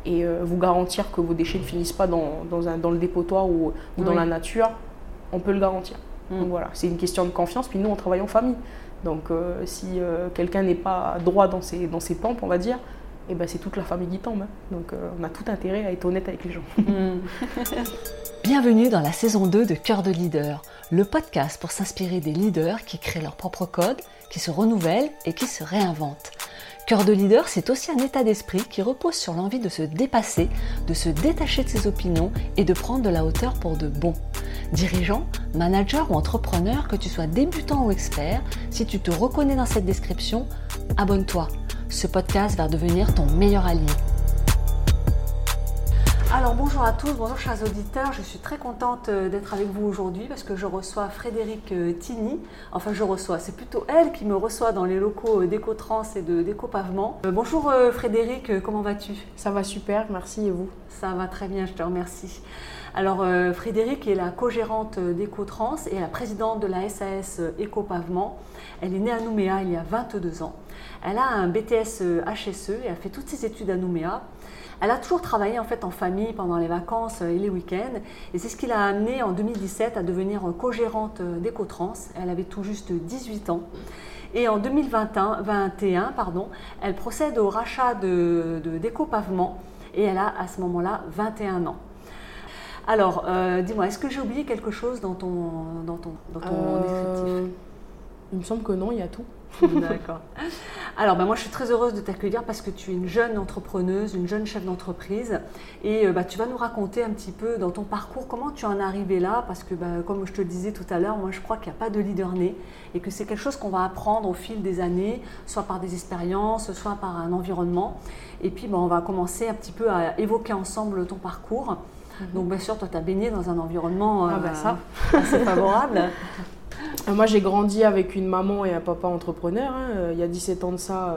et vous garantir que vos déchets ne finissent pas dans le dépotoir ou dans la nature, on peut le garantir. Donc voilà, c'est une question de confiance. Puis nous, on travaille en famille. Donc si quelqu'un n'est pas droit dans ses pompes, on va dire, et ben c'est toute la famille qui tombe. Donc on a tout intérêt à être honnête avec les gens. Bienvenue dans la saison 2 de Cœur de Leader, le podcast pour s'inspirer des leaders qui créent leur propre code, qui se renouvellent et qui se réinventent. Cœur de Leader, c'est aussi un état d'esprit qui repose sur l'envie de se dépasser, de se détacher de ses opinions et de prendre de la hauteur pour de bon. Dirigeant, manager ou entrepreneur, que tu sois débutant ou expert, si tu te reconnais dans cette description, abonne-toi. Ce podcast va devenir ton meilleur allié. Alors bonjour à tous, bonjour chers auditeurs, je suis très contente d'être avec vous aujourd'hui parce que je reçois Frédérique Thiny. Enfin c'est plutôt elle qui me reçoit dans les locaux d'Ecotrans et de d'Ecopavement. Bonjour Frédérique, comment vas-tu ? Ça va super, merci, et vous ? Ça va très bien, je te remercie. Alors Frédérique est la co-gérante d'Ecotrans et la présidente de la SAS Ecopavement. Elle est née à Nouméa il y a 22 ans. Elle a un BTS HSE et a fait toutes ses études à Nouméa. Elle a toujours travaillé en fait en famille pendant les vacances et les week-ends et c'est ce qui l'a amenée en 2017 à devenir co-gérante d'Ecotrans. Elle avait tout juste 18 ans et en 2021, elle procède au rachat d'Ecopavement et elle a à ce moment-là 21 ans. Alors, dis-moi, est-ce que j'ai oublié quelque chose dans ton descriptif ? Il me semble que non, il y a tout. D'accord. Alors, moi, je suis très heureuse de t'accueillir parce que tu es une jeune entrepreneuse, une jeune chef d'entreprise. Et tu vas nous raconter un petit peu dans ton parcours comment tu en es arrivée là. Parce que, comme je te le disais tout à l'heure, moi, je crois qu'il n'y a pas de leader né et que c'est quelque chose qu'on va apprendre au fil des années, soit par des expériences, soit par un environnement. Et puis, on va commencer un petit peu à évoquer ensemble ton parcours. Donc, bien sûr, toi, tu as baigné dans un environnement assez favorable. Moi, j'ai grandi avec une maman et un papa entrepreneurs. Il y a 17 ans de ça,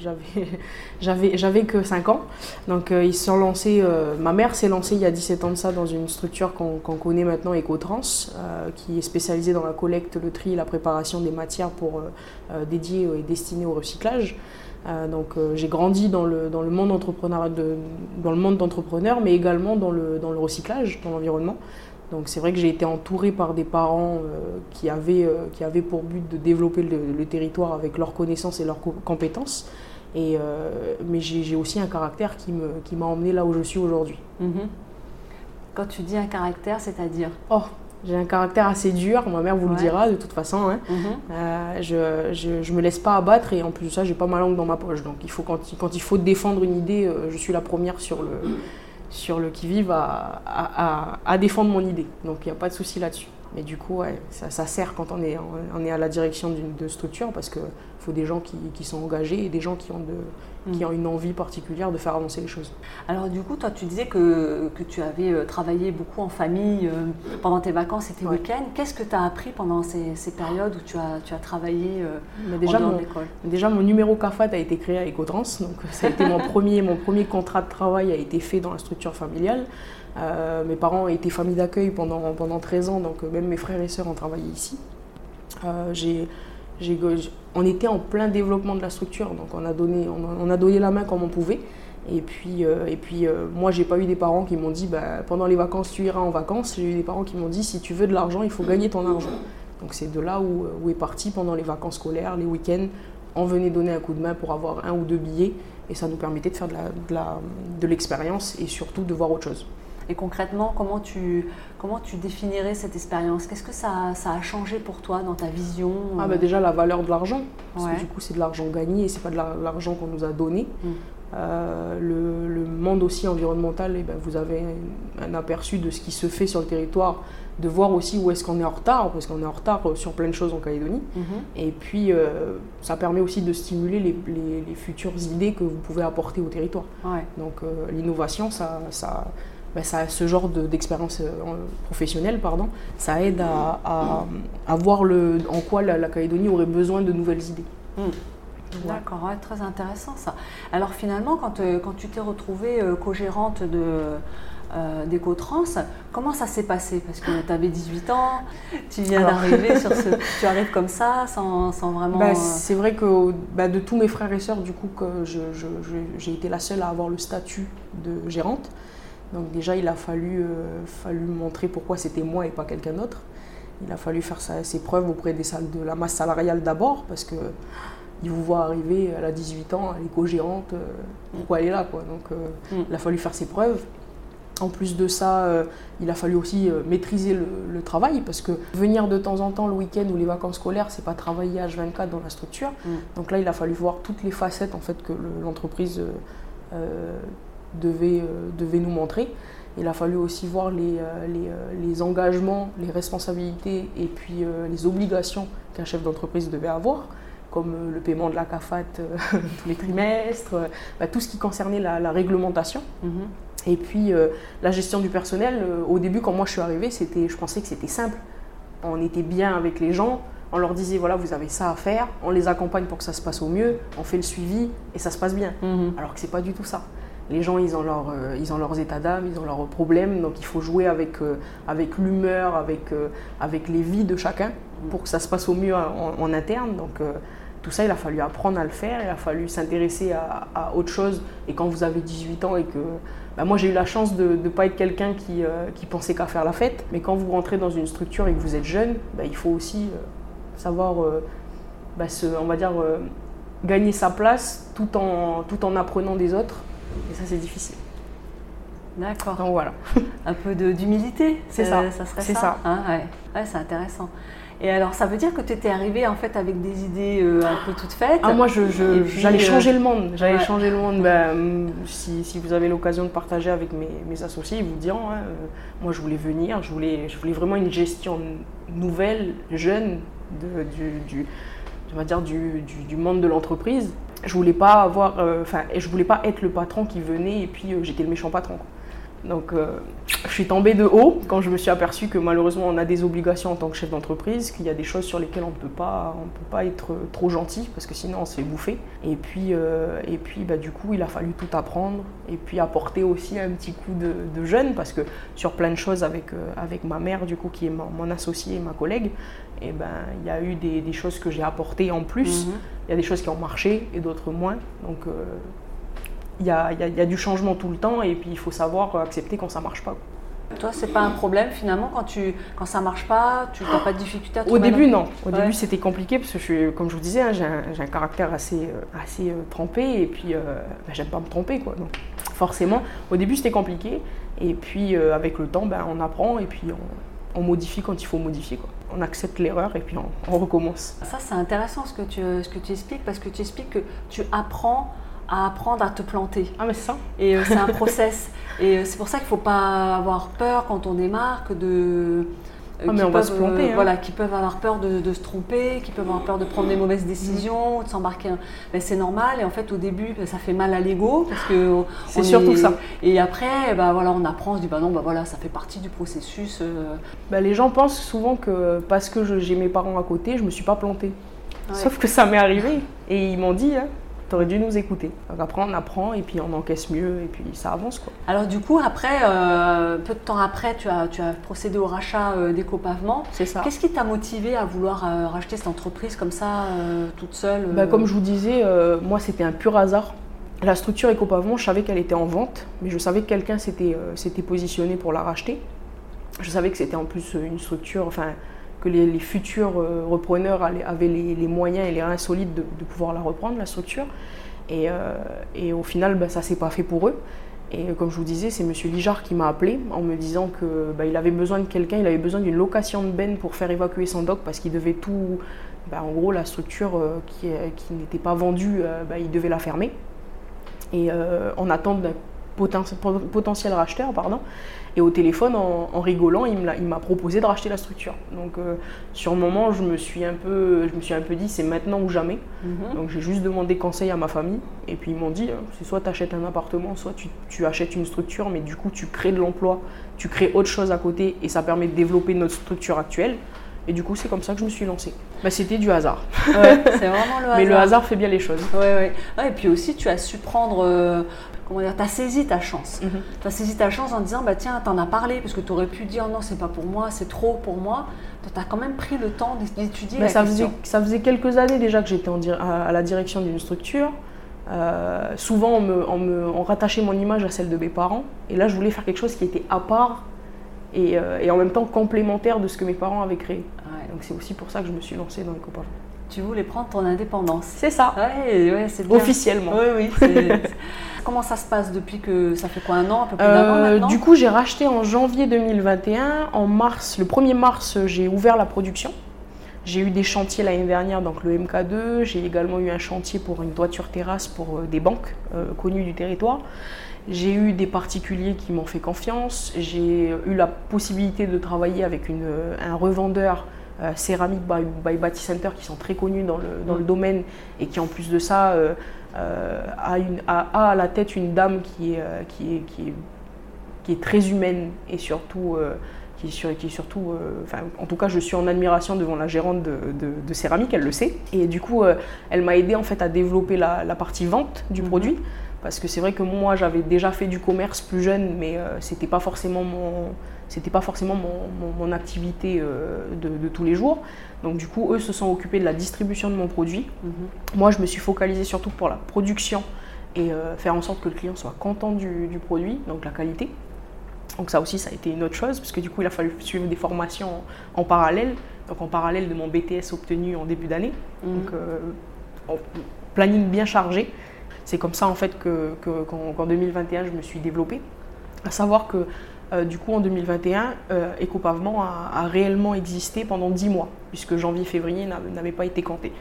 j'avais que 5 ans. Donc, ils se sont lancés. Ma mère s'est lancée il y a 17 ans de ça dans une structure qu'on connaît maintenant, Ecotrans, qui est spécialisée dans la collecte, le tri et la préparation des matières dédiées et destinées au recyclage. Donc, j'ai grandi dans le monde d'entrepreneurs, mais également dans le recyclage, dans l'environnement. Donc c'est vrai que j'ai été entourée par des parents qui avaient pour but de développer le territoire avec leurs connaissances et leurs compétences. Mais j'ai aussi un caractère qui m'a emmenée là où je suis aujourd'hui. Quand tu dis un caractère, c'est-à-dire ? J'ai un caractère assez dur, ma mère vous le dira de toute façon. Je me laisse pas abattre et en plus de ça, j'ai pas ma langue dans ma poche. Donc quand il faut défendre une idée, je suis la première sur le qui-vive à défendre mon idée. Donc il n'y a pas de souci là-dessus. Mais du coup, ça sert quand on est à la direction de structure parce qu'il faut des gens qui sont engagés et des gens qui ont une envie particulière de faire avancer les choses. Alors du coup, toi, tu disais que tu avais travaillé beaucoup en famille pendant tes vacances et tes week-ends. Qu'est-ce que tu as appris pendant ces périodes où tu as travaillé en dehors de l'école ? Déjà, mon numéro CAFAT a été créé à Ecotrans. Donc ça a été mon premier contrat de travail a été fait dans la structure familiale. Mes parents étaient famille d'accueil pendant 13 ans, donc même mes frères et sœurs ont travaillé ici. On était en plein développement de la structure, donc on a donné la main comme on pouvait. Et puis moi, j'ai pas eu des parents qui m'ont dit pendant les vacances tu iras en vacances. J'ai eu des parents qui m'ont dit si tu veux de l'argent, il faut gagner ton argent. Donc c'est de là où est parti pendant les vacances scolaires, les week-ends. On venait donner un coup de main pour avoir 1 ou 2 billets et ça nous permettait de faire de l'expérience et surtout de voir autre chose. Et concrètement, comment tu définirais cette expérience ? Qu'est-ce que ça a changé pour toi dans ta vision ? Déjà la valeur de l'argent, parce que du coup c'est de l'argent gagné et c'est pas de l'argent qu'on nous a donné. Le monde aussi environnemental, vous avez un aperçu de ce qui se fait sur le territoire, de voir aussi où est-ce qu'on est en retard, parce qu'on est en retard sur plein de choses en Calédonie. Et puis ça permet aussi de stimuler les futures idées que vous pouvez apporter au territoire. Donc l'innovation, ce genre d'expérience professionnelle, ça aide à voir en quoi la Calédonie aurait besoin de nouvelles idées. D'accord, très intéressant ça. Alors finalement, quand tu t'es retrouvée co-gérante d'Ecotrans. Comment ça s'est passé? Parce que tu avais 18 ans, tu viens d'arriver tu arrives comme ça, sans vraiment… C'est vrai que de tous mes frères et sœurs, du coup, que j'ai été la seule à avoir le statut de gérante. Donc déjà, il a fallu montrer pourquoi c'était moi et pas quelqu'un d'autre. Il a fallu faire ses preuves auprès de la masse salariale d'abord, parce que ils vous voient arriver, elle a 18 ans, elle est co-gérante, pourquoi elle est là, quoi. Donc il a fallu faire ses preuves. En plus de ça, il a fallu aussi maîtriser le travail, parce que venir de temps en temps le week-end ou les vacances scolaires, c'est pas travailler H24 dans la structure. Donc là, il a fallu voir toutes les facettes en fait, que l'entreprise devait nous montrer. Il a fallu aussi voir les engagements, les responsabilités et puis les obligations qu'un chef d'entreprise devait avoir, comme le paiement de la CAFAT tous les trimestres, tout ce qui concernait la réglementation. Et puis la gestion du personnel, au début quand moi je suis arrivée, je pensais que c'était simple. On était bien avec les gens, on leur disait voilà vous avez ça à faire, on les accompagne pour que ça se passe au mieux, on fait le suivi et ça se passe bien. Alors que c'est pas du tout ça. Les gens ils ont leurs états d'âme, ils ont leurs problèmes, donc il faut jouer avec l'humeur, avec les vies de chacun pour que ça se passe au mieux en interne. Donc tout ça, il a fallu apprendre à le faire, il a fallu s'intéresser à autre chose. Et quand vous avez 18 ans et que… moi, j'ai eu la chance de ne pas être quelqu'un qui pensait qu'à faire la fête. Mais quand vous rentrez dans une structure et que vous êtes jeune, il faut aussi savoir, on va dire, gagner sa place tout en apprenant des autres. Et ça, c'est difficile. D'accord. Donc voilà. Un peu d'humilité. C'est ça. Ça serait c'est ça. ça. Hein, ouais, c'est intéressant. Et alors, ça veut dire que tu étais arrivée en fait avec des idées un peu toutes faites. Moi, j'allais changer le monde. J'allais changer le monde. Si vous avez l'occasion de partager avec mes associés, ils vous diront. Moi, je voulais venir. Je voulais vraiment une gestion nouvelle, jeune, du monde de l'entreprise. Je voulais pas je voulais pas être le patron qui venait et puis j'étais le méchant patron. Donc je suis tombée de haut quand je me suis aperçue que malheureusement on a des obligations en tant que chef d'entreprise, qu'il y a des choses sur lesquelles on peut pas être trop gentil parce que sinon on se fait bouffer. Et puis du coup il a fallu tout apprendre et puis apporter aussi un petit coup de jeune parce que sur plein de choses avec ma mère du coup qui est mon associée et ma collègue, il y a eu des choses que j'ai apportées en plus. Il y a des choses qui ont marché et d'autres moins. Donc il y a du changement tout le temps et puis il faut savoir accepter quand ça ne marche pas. Toi, c'est pas un problème finalement quand ça marche pas, tu n'as pas de difficulté à trouver? Au début, non. Au début, c'était compliqué parce que comme je vous disais, j'ai un caractère assez trempé et puis j'aime pas me tromper, quoi. Donc forcément, au début, c'était compliqué et puis avec le temps, on apprend et puis on modifie quand il faut modifier, quoi. On accepte l'erreur et puis on recommence. Ça, c'est intéressant ce que tu expliques parce que tu expliques que tu apprends à te planter. Ah mais c'est ça. Et c'est un process. Et c'est pour ça qu'il ne faut pas avoir peur quand on démarre mais on va se planter. Voilà, qui peuvent avoir peur de se tromper, qui peuvent avoir peur de prendre des mauvaises décisions, de s'embarquer. C'est normal et en fait au début ça fait mal à l'ego parce que c'est surtout ça. Et après on apprend, on se dit ça fait partie du processus. Les gens pensent souvent que parce que j'ai mes parents à côté, je me suis pas plantée. Ouais. Sauf que ça m'est arrivé et ils m'ont dit t'aurais dû nous écouter. Donc après on apprend et puis on encaisse mieux et puis ça avance, quoi. Alors du coup après, peu de temps après, tu as procédé au rachat d'Ecopavement. C'est ça. Qu'est-ce qui t'a motivé à vouloir racheter cette entreprise comme ça, toute seule Comme je vous disais, moi c'était un pur hasard. La structure Ecopavement, je savais qu'elle était en vente, mais je savais que quelqu'un s'était positionné pour la racheter. Je savais que c'était en plus une structure, que les futurs repreneurs avaient les moyens et les reins solides de pouvoir la reprendre, la structure. Et au final, ça ne s'est pas fait pour eux. Et comme je vous disais, c'est M. Lijard qui m'a appelé en me disant qu'il avait besoin de quelqu'un, il avait besoin d'une location de benne pour faire évacuer son dock parce qu'il devait tout… en gros, la structure qui n'était pas vendue, il devait la fermer. Et en attente d'un potentiel racheteur, pardon. Et au téléphone, en rigolant, il m'a proposé de racheter la structure. Donc sur le moment, je me suis un peu dit c'est maintenant ou jamais. Donc j'ai juste demandé conseil à ma famille et puis ils m'ont dit c'est soit tu achètes un appartement, soit tu achètes une structure, mais du coup tu crées de l'emploi, tu crées autre chose à côté et ça permet de développer notre structure actuelle. Et du coup, c'est comme ça que je me suis lancée. C'était du hasard. Ouais, c'est vraiment le hasard. Mais le hasard fait bien les choses. Ouais. Et puis aussi, tu as su prendre, tu as saisi ta chance. Tu as saisi ta chance en disant, tiens, t'en as parlé, parce que tu aurais pu dire, non, c'est pas pour moi, c'est trop pour moi. Tu as quand même pris le temps d'étudier la question. Ça faisait quelques années déjà que j'étais à la direction d'une structure. Souvent, on rattachait mon image à celle de mes parents. Et là, je voulais faire quelque chose qui était à part et en même temps complémentaire de ce que mes parents avaient créé. Ouais. Donc c'est aussi pour ça que je me suis lancée dans Ecopavement. Tu voulais prendre ton indépendance. C'est ça. Ouais, c'est bien. Officiellement. Oui. Comment ça se passe depuis que ça fait quoi, un an, un peu plus d'un an maintenant? Du coup, j'ai racheté en janvier 2021. En mars, le 1er mars, j'ai ouvert la production. J'ai eu des chantiers l'année dernière, donc le MK2. J'ai également eu un chantier pour une toiture terrasse pour des banques connues du territoire. J'ai eu des particuliers qui m'ont fait confiance. J'ai eu la possibilité de travailler avec un revendeur céramique by Bâti-Center qui sont très connus dans le domaine et qui en plus de ça a à la tête une dame qui est très humaine et surtout en tout cas je suis en admiration devant la gérante de céramique, elle le sait, et du coup elle m'a aidé en fait à développer la partie vente du produit, parce que c'est vrai que moi j'avais déjà fait du commerce plus jeune, mais c'était pas forcément mon activité de tous les jours. Donc du coup eux se sont occupés de la distribution de mon produit. Moi je me suis focalisée surtout pour la production et faire en sorte que le client soit content du produit, donc la qualité. Donc ça aussi, ça a été une autre chose, parce que du coup, il a fallu suivre des formations en parallèle, donc en parallèle de mon BTS obtenu en début d'année. Donc en planning bien chargé. C'est comme ça en fait qu'en 2021, je me suis développée. À savoir que du coup, en 2021, Ecopavement a réellement existé pendant 10 mois, puisque janvier-février n'avait pas été compté.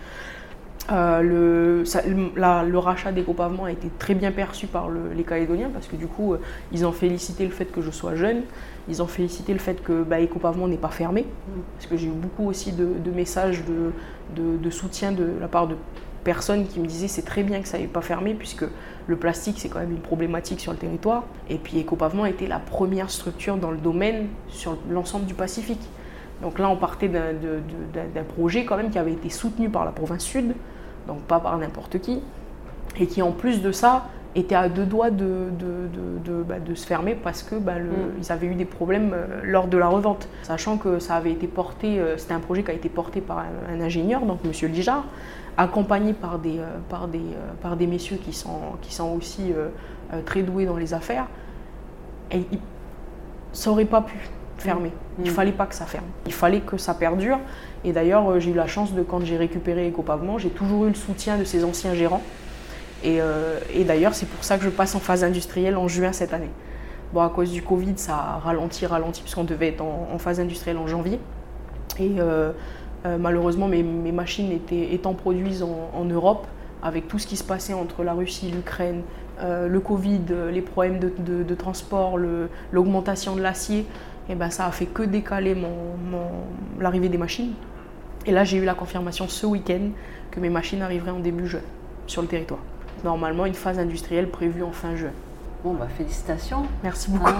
Le rachat d'Ecopavement a été très bien perçu par les Calédoniens, parce que du coup ils ont félicité le fait que je sois jeune, ils ont félicité le fait que Ecopavement n'est pas fermé, parce que j'ai eu beaucoup aussi de messages de soutien de la part de personnes qui me disaient c'est très bien que ça n'ait pas fermé, puisque le plastique c'est quand même une problématique sur le territoire, et puis Ecopavement était la première structure dans le domaine sur l'ensemble du Pacifique. Donc là on partait d'un projet quand même qui avait été soutenu par la province sud, donc pas par n'importe qui, et qui en plus de ça était à 2 doigts de se fermer, parce que ils avaient eu des problèmes lors de la revente. Sachant que ça avait été porté, c'était un projet qui a été porté par un ingénieur, donc M. Lijard, accompagné par des messieurs qui sont aussi très doués dans les affaires. Et ça n'aurait pas pu fermer. Il ne fallait pas que ça ferme. Il fallait que ça perdure. Et d'ailleurs, j'ai eu la chance quand j'ai récupéré Ecopavement, j'ai toujours eu le soutien de ces anciens gérants. Et d'ailleurs, c'est pour ça que je passe en phase industrielle en juin cette année. Bon, à cause du Covid, ça a ralenti, puisqu'on devait être en phase industrielle en janvier. Et malheureusement, mes machines étant produites en Europe, avec tout ce qui se passait entre la Russie, l'Ukraine, le Covid, les problèmes de transport, l'augmentation de l'acier, et ça a fait que décaler l'arrivée des machines. Et là, j'ai eu la confirmation ce week-end que mes machines arriveraient en début juin sur le territoire. Normalement, une phase industrielle prévue en fin juin. Bon, félicitations. Merci beaucoup.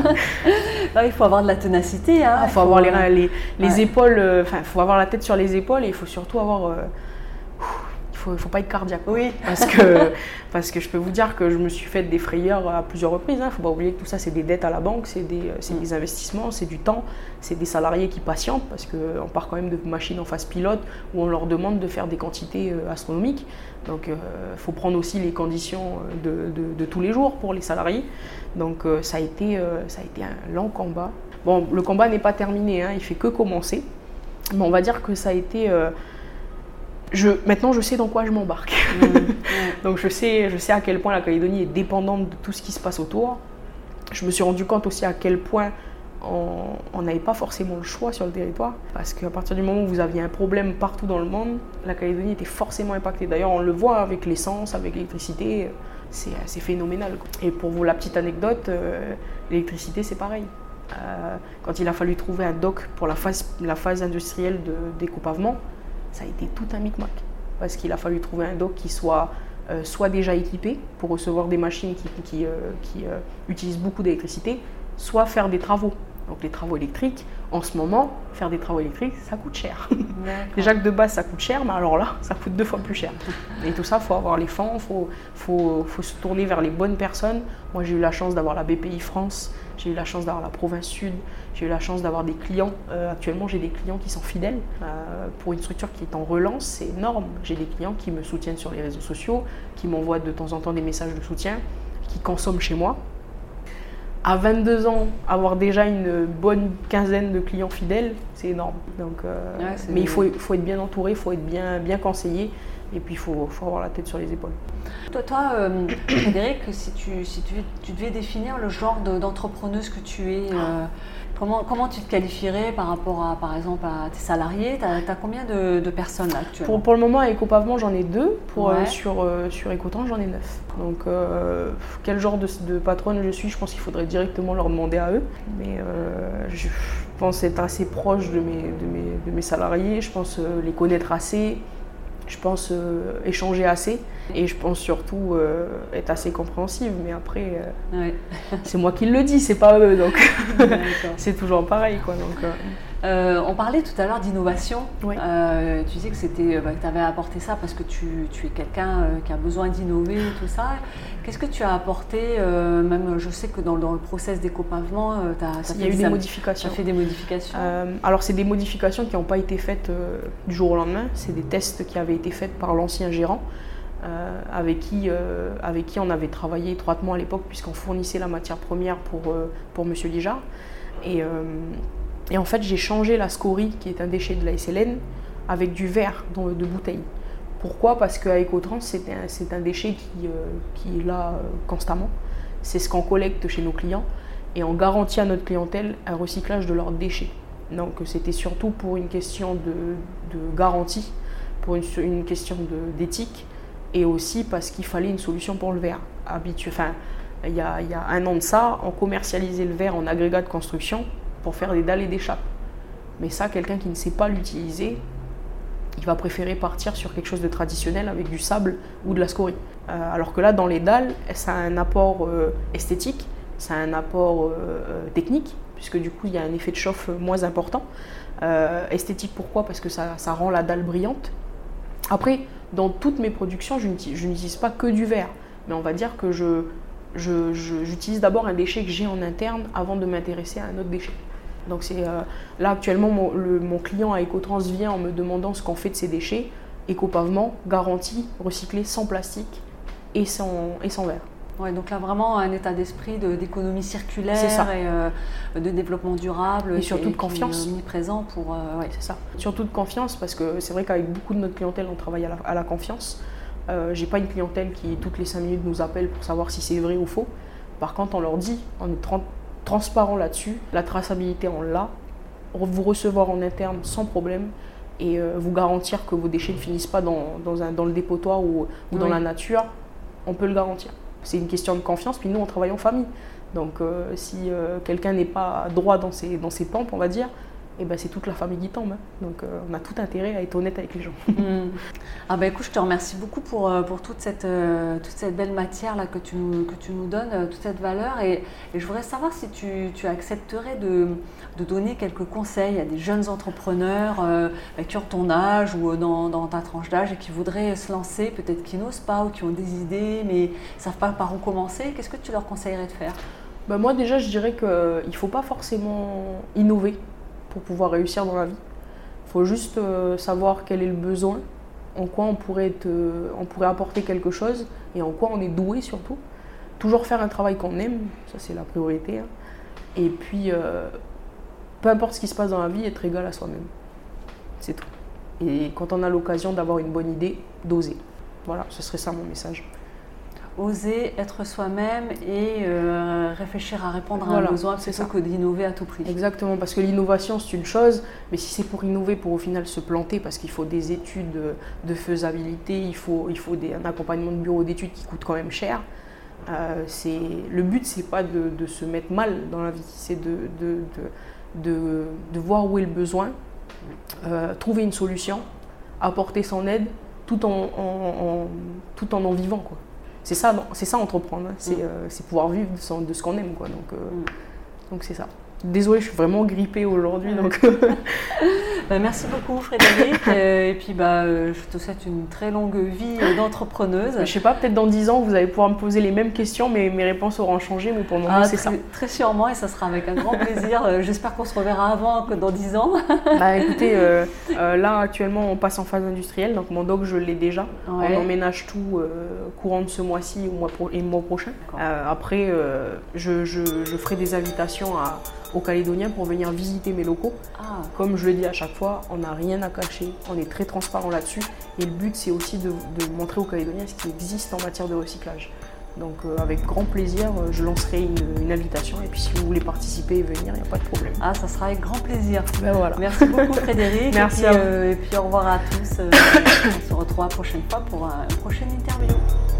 Il faut avoir de la ténacité. Il faut avoir les épaules, il faut avoir la tête sur les épaules, et il faut surtout avoir... il ne faut pas être cardiaque. Oui. Parce que je peux vous dire que je me suis fait des frayeurs à plusieurs reprises. Il ne faut pas oublier que tout ça, c'est des dettes à la banque, c'est des investissements, c'est du temps, c'est des salariés qui patientent, parce qu'on part quand même de machines en phase pilote où on leur demande de faire des quantités astronomiques. Donc il faut prendre aussi les conditions de tous les jours pour les salariés. Donc ça a été un long combat. Bon, le combat n'est pas terminé, il ne fait que commencer. Mais on va dire que ça a été... Maintenant, je sais dans quoi je m'embarque. Donc, je sais à quel point la Calédonie est dépendante de tout ce qui se passe autour. Je me suis rendu compte aussi à quel point on n'avait pas forcément le choix sur le territoire. Parce qu'à partir du moment où vous aviez un problème partout dans le monde, la Calédonie était forcément impactée. D'ailleurs, on le voit avec l'essence, avec l'électricité, c'est phénoménal. Et pour vous, la petite anecdote, l'électricité, c'est pareil. Quand il a fallu trouver un dock pour la phase industrielle d'Ecopavement, ça a été tout un micmac, parce qu'il a fallu trouver un dock qui soit déjà équipé pour recevoir des machines qui utilisent beaucoup d'électricité, soit faire des travaux Donc les travaux électriques, en ce moment, faire des travaux électriques, ça coûte cher. Déjà que de base, ça coûte cher, mais alors là, ça coûte 2 fois plus cher. Et tout ça, il faut avoir les fonds, faut se tourner vers les bonnes personnes. Moi, j'ai eu la chance d'avoir la BPI France, j'ai eu la chance d'avoir la Province Sud, j'ai eu la chance d'avoir des clients. Actuellement, j'ai des clients qui sont fidèles. Pour une structure qui est en relance, c'est énorme. J'ai des clients qui me soutiennent sur les réseaux sociaux, qui m'envoient de temps en temps des messages de soutien, qui consomment chez moi. À 22 ans, avoir déjà une bonne quinzaine de clients fidèles, c'est énorme. Donc, mais il faut être bien entouré, il faut être bien conseillé, et puis il faut avoir la tête sur les épaules. Toi Frédéric, si tu devais définir le genre d'entrepreneuse que tu es, comment tu te qualifierais par rapport à, par exemple, à tes salariés? Tu as combien de personnes là, actuellement? Pour le moment, à Écopavement, j'en ai 2. Sur Écotrans, j'en ai 9. Donc, quel genre de patronne je suis, je pense qu'il faudrait directement leur demander à eux. Mais je pense être assez proche de mes salariés, je pense les connaître assez, je pense échanger assez, et je pense surtout être assez compréhensive. Mais après, c'est moi qui le dis, c'est pas eux, donc c'est toujours pareil, quoi. Donc, on parlait tout à l'heure d'innovation. Oui. Tu disais que tu avais apporté ça parce que tu es quelqu'un qui a besoin d'innover et tout ça. Qu'est-ce que tu as apporté, même je sais que dans le process d'Écopavement, il y a eu des modifications. Tu as fait des modifications. Alors c'est des modifications qui n'ont pas été faites du jour au lendemain. C'est des tests qui avaient été faits par l'ancien gérant, avec qui on avait travaillé étroitement à l'époque, puisqu'on fournissait la matière première pour M. Lijard. Et en fait, j'ai changé la scorie, qui est un déchet de la SLN, avec du verre de bouteille. Pourquoi? Parce qu'à Écotrans, c'est un déchet qui est là constamment. C'est ce qu'on collecte chez nos clients, et on garantit à notre clientèle un recyclage de leurs déchets. Donc c'était surtout pour une question de garantie, pour une question d'éthique, et aussi parce qu'il fallait une solution pour le verre. Il y a 1 an de ça, on commercialisait le verre en agrégat de construction pour faire des dalles et des chapes. Mais ça, quelqu'un qui ne sait pas l'utiliser, il va préférer partir sur quelque chose de traditionnel avec du sable ou de la scorie. Alors que là, dans les dalles, ça a un apport esthétique, ça a un apport technique, puisque du coup, il y a un effet de chauffe moins important. Esthétique, pourquoi? Parce que ça rend la dalle brillante. Après, dans toutes mes productions, je n'utilise pas que du verre, mais on va dire que j'utilise d'abord un déchet que j'ai en interne avant de m'intéresser à un autre déchet. Donc là actuellement mon client à Écotrans vient en me demandant ce qu'on fait de ces déchets. Écopavement, garantie, recyclé, sans plastique et sans verre. Ouais, donc là vraiment un état d'esprit d'économie circulaire et de développement durable. Et surtout de confiance. Mis présent pour... C'est ça. Surtout de confiance, parce que c'est vrai qu'avec beaucoup de notre clientèle, on travaille à la confiance. J'ai pas une clientèle qui toutes les 5 minutes nous appelle pour savoir si c'est vrai ou faux. Par contre, on leur dit, on est transparent là-dessus, la traçabilité on l'a, vous recevoir en interne sans problème, et vous garantir que vos déchets ne finissent pas dans le dépotoir ou dans la nature, on peut le garantir. C'est une question de confiance, puis nous on travaille en famille. Donc si quelqu'un n'est pas droit dans ses pompes, on va dire, et ben c'est toute la famille qui tombe. Donc on a tout intérêt à être honnête avec les gens. Ah ben écoute, je te remercie beaucoup pour toute cette belle matière là que tu nous donnes, toute cette valeur. Et je voudrais savoir si tu accepterais de donner quelques conseils à des jeunes entrepreneurs qui ont ton âge ou dans ta tranche d'âge et qui voudraient se lancer, peut-être qui n'osent pas ou qui ont des idées mais ne savent pas par où commencer. Qu'est-ce que tu leur conseillerais de faire? Ben moi déjà, je dirais qu'il ne faut pas forcément innover pour pouvoir réussir dans la vie. Il faut juste savoir quel est le besoin, en quoi on pourrait apporter quelque chose et en quoi on est doué surtout. Toujours faire un travail qu'on aime, ça c'est la priorité. Et puis, peu importe ce qui se passe dans la vie, être égal à soi-même. C'est tout. Et quand on a l'occasion d'avoir une bonne idée, d'oser. Voilà, ce serait ça mon message. Oser être soi-même et réfléchir à répondre à un besoin plutôt que d'innover à tout prix. Exactement, parce que l'innovation c'est une chose, mais si c'est pour innover, pour au final se planter, parce qu'il faut des études de faisabilité, il faut un accompagnement de bureau d'études qui coûte quand même cher. Le but c'est pas de se mettre mal dans la vie, c'est de voir où est le besoin, trouver une solution, apporter son aide tout en vivant, quoi. C'est ça entreprendre, c'est pouvoir vivre de ce qu'on aime, quoi. Donc c'est ça. Désolée, je suis vraiment grippée aujourd'hui. Donc... merci beaucoup Frédérique. Et puis je te souhaite une très longue vie d'entrepreneuse. Je ne sais pas, peut-être dans 10 ans, vous allez pouvoir me poser les mêmes questions, mais mes réponses auront changé. Mais pour le moment, c'est ça. Très sûrement, et ça sera avec un grand plaisir. J'espère qu'on se reverra avant que dans 10 ans. Écoutez, là actuellement, on passe en phase industrielle. Donc mon doc, je l'ai déjà. Ouais. On emménage tout courant de ce mois-ci et le mois prochain. Après, je ferai des invitations aux Calédoniens pour venir visiter mes locaux. Comme je le dis à chaque fois, on n'a rien à cacher, on est très transparent là-dessus. Et le but, c'est aussi de montrer aux Calédoniens ce qui existe en matière de recyclage. Donc avec grand plaisir, je lancerai une invitation. Et puis si vous voulez participer et venir, il n'y a pas de problème. Ça sera avec grand plaisir. Voilà. Merci beaucoup Frédérique. Merci et puis au revoir à tous. On se retrouve la prochaine fois pour une prochaine interview.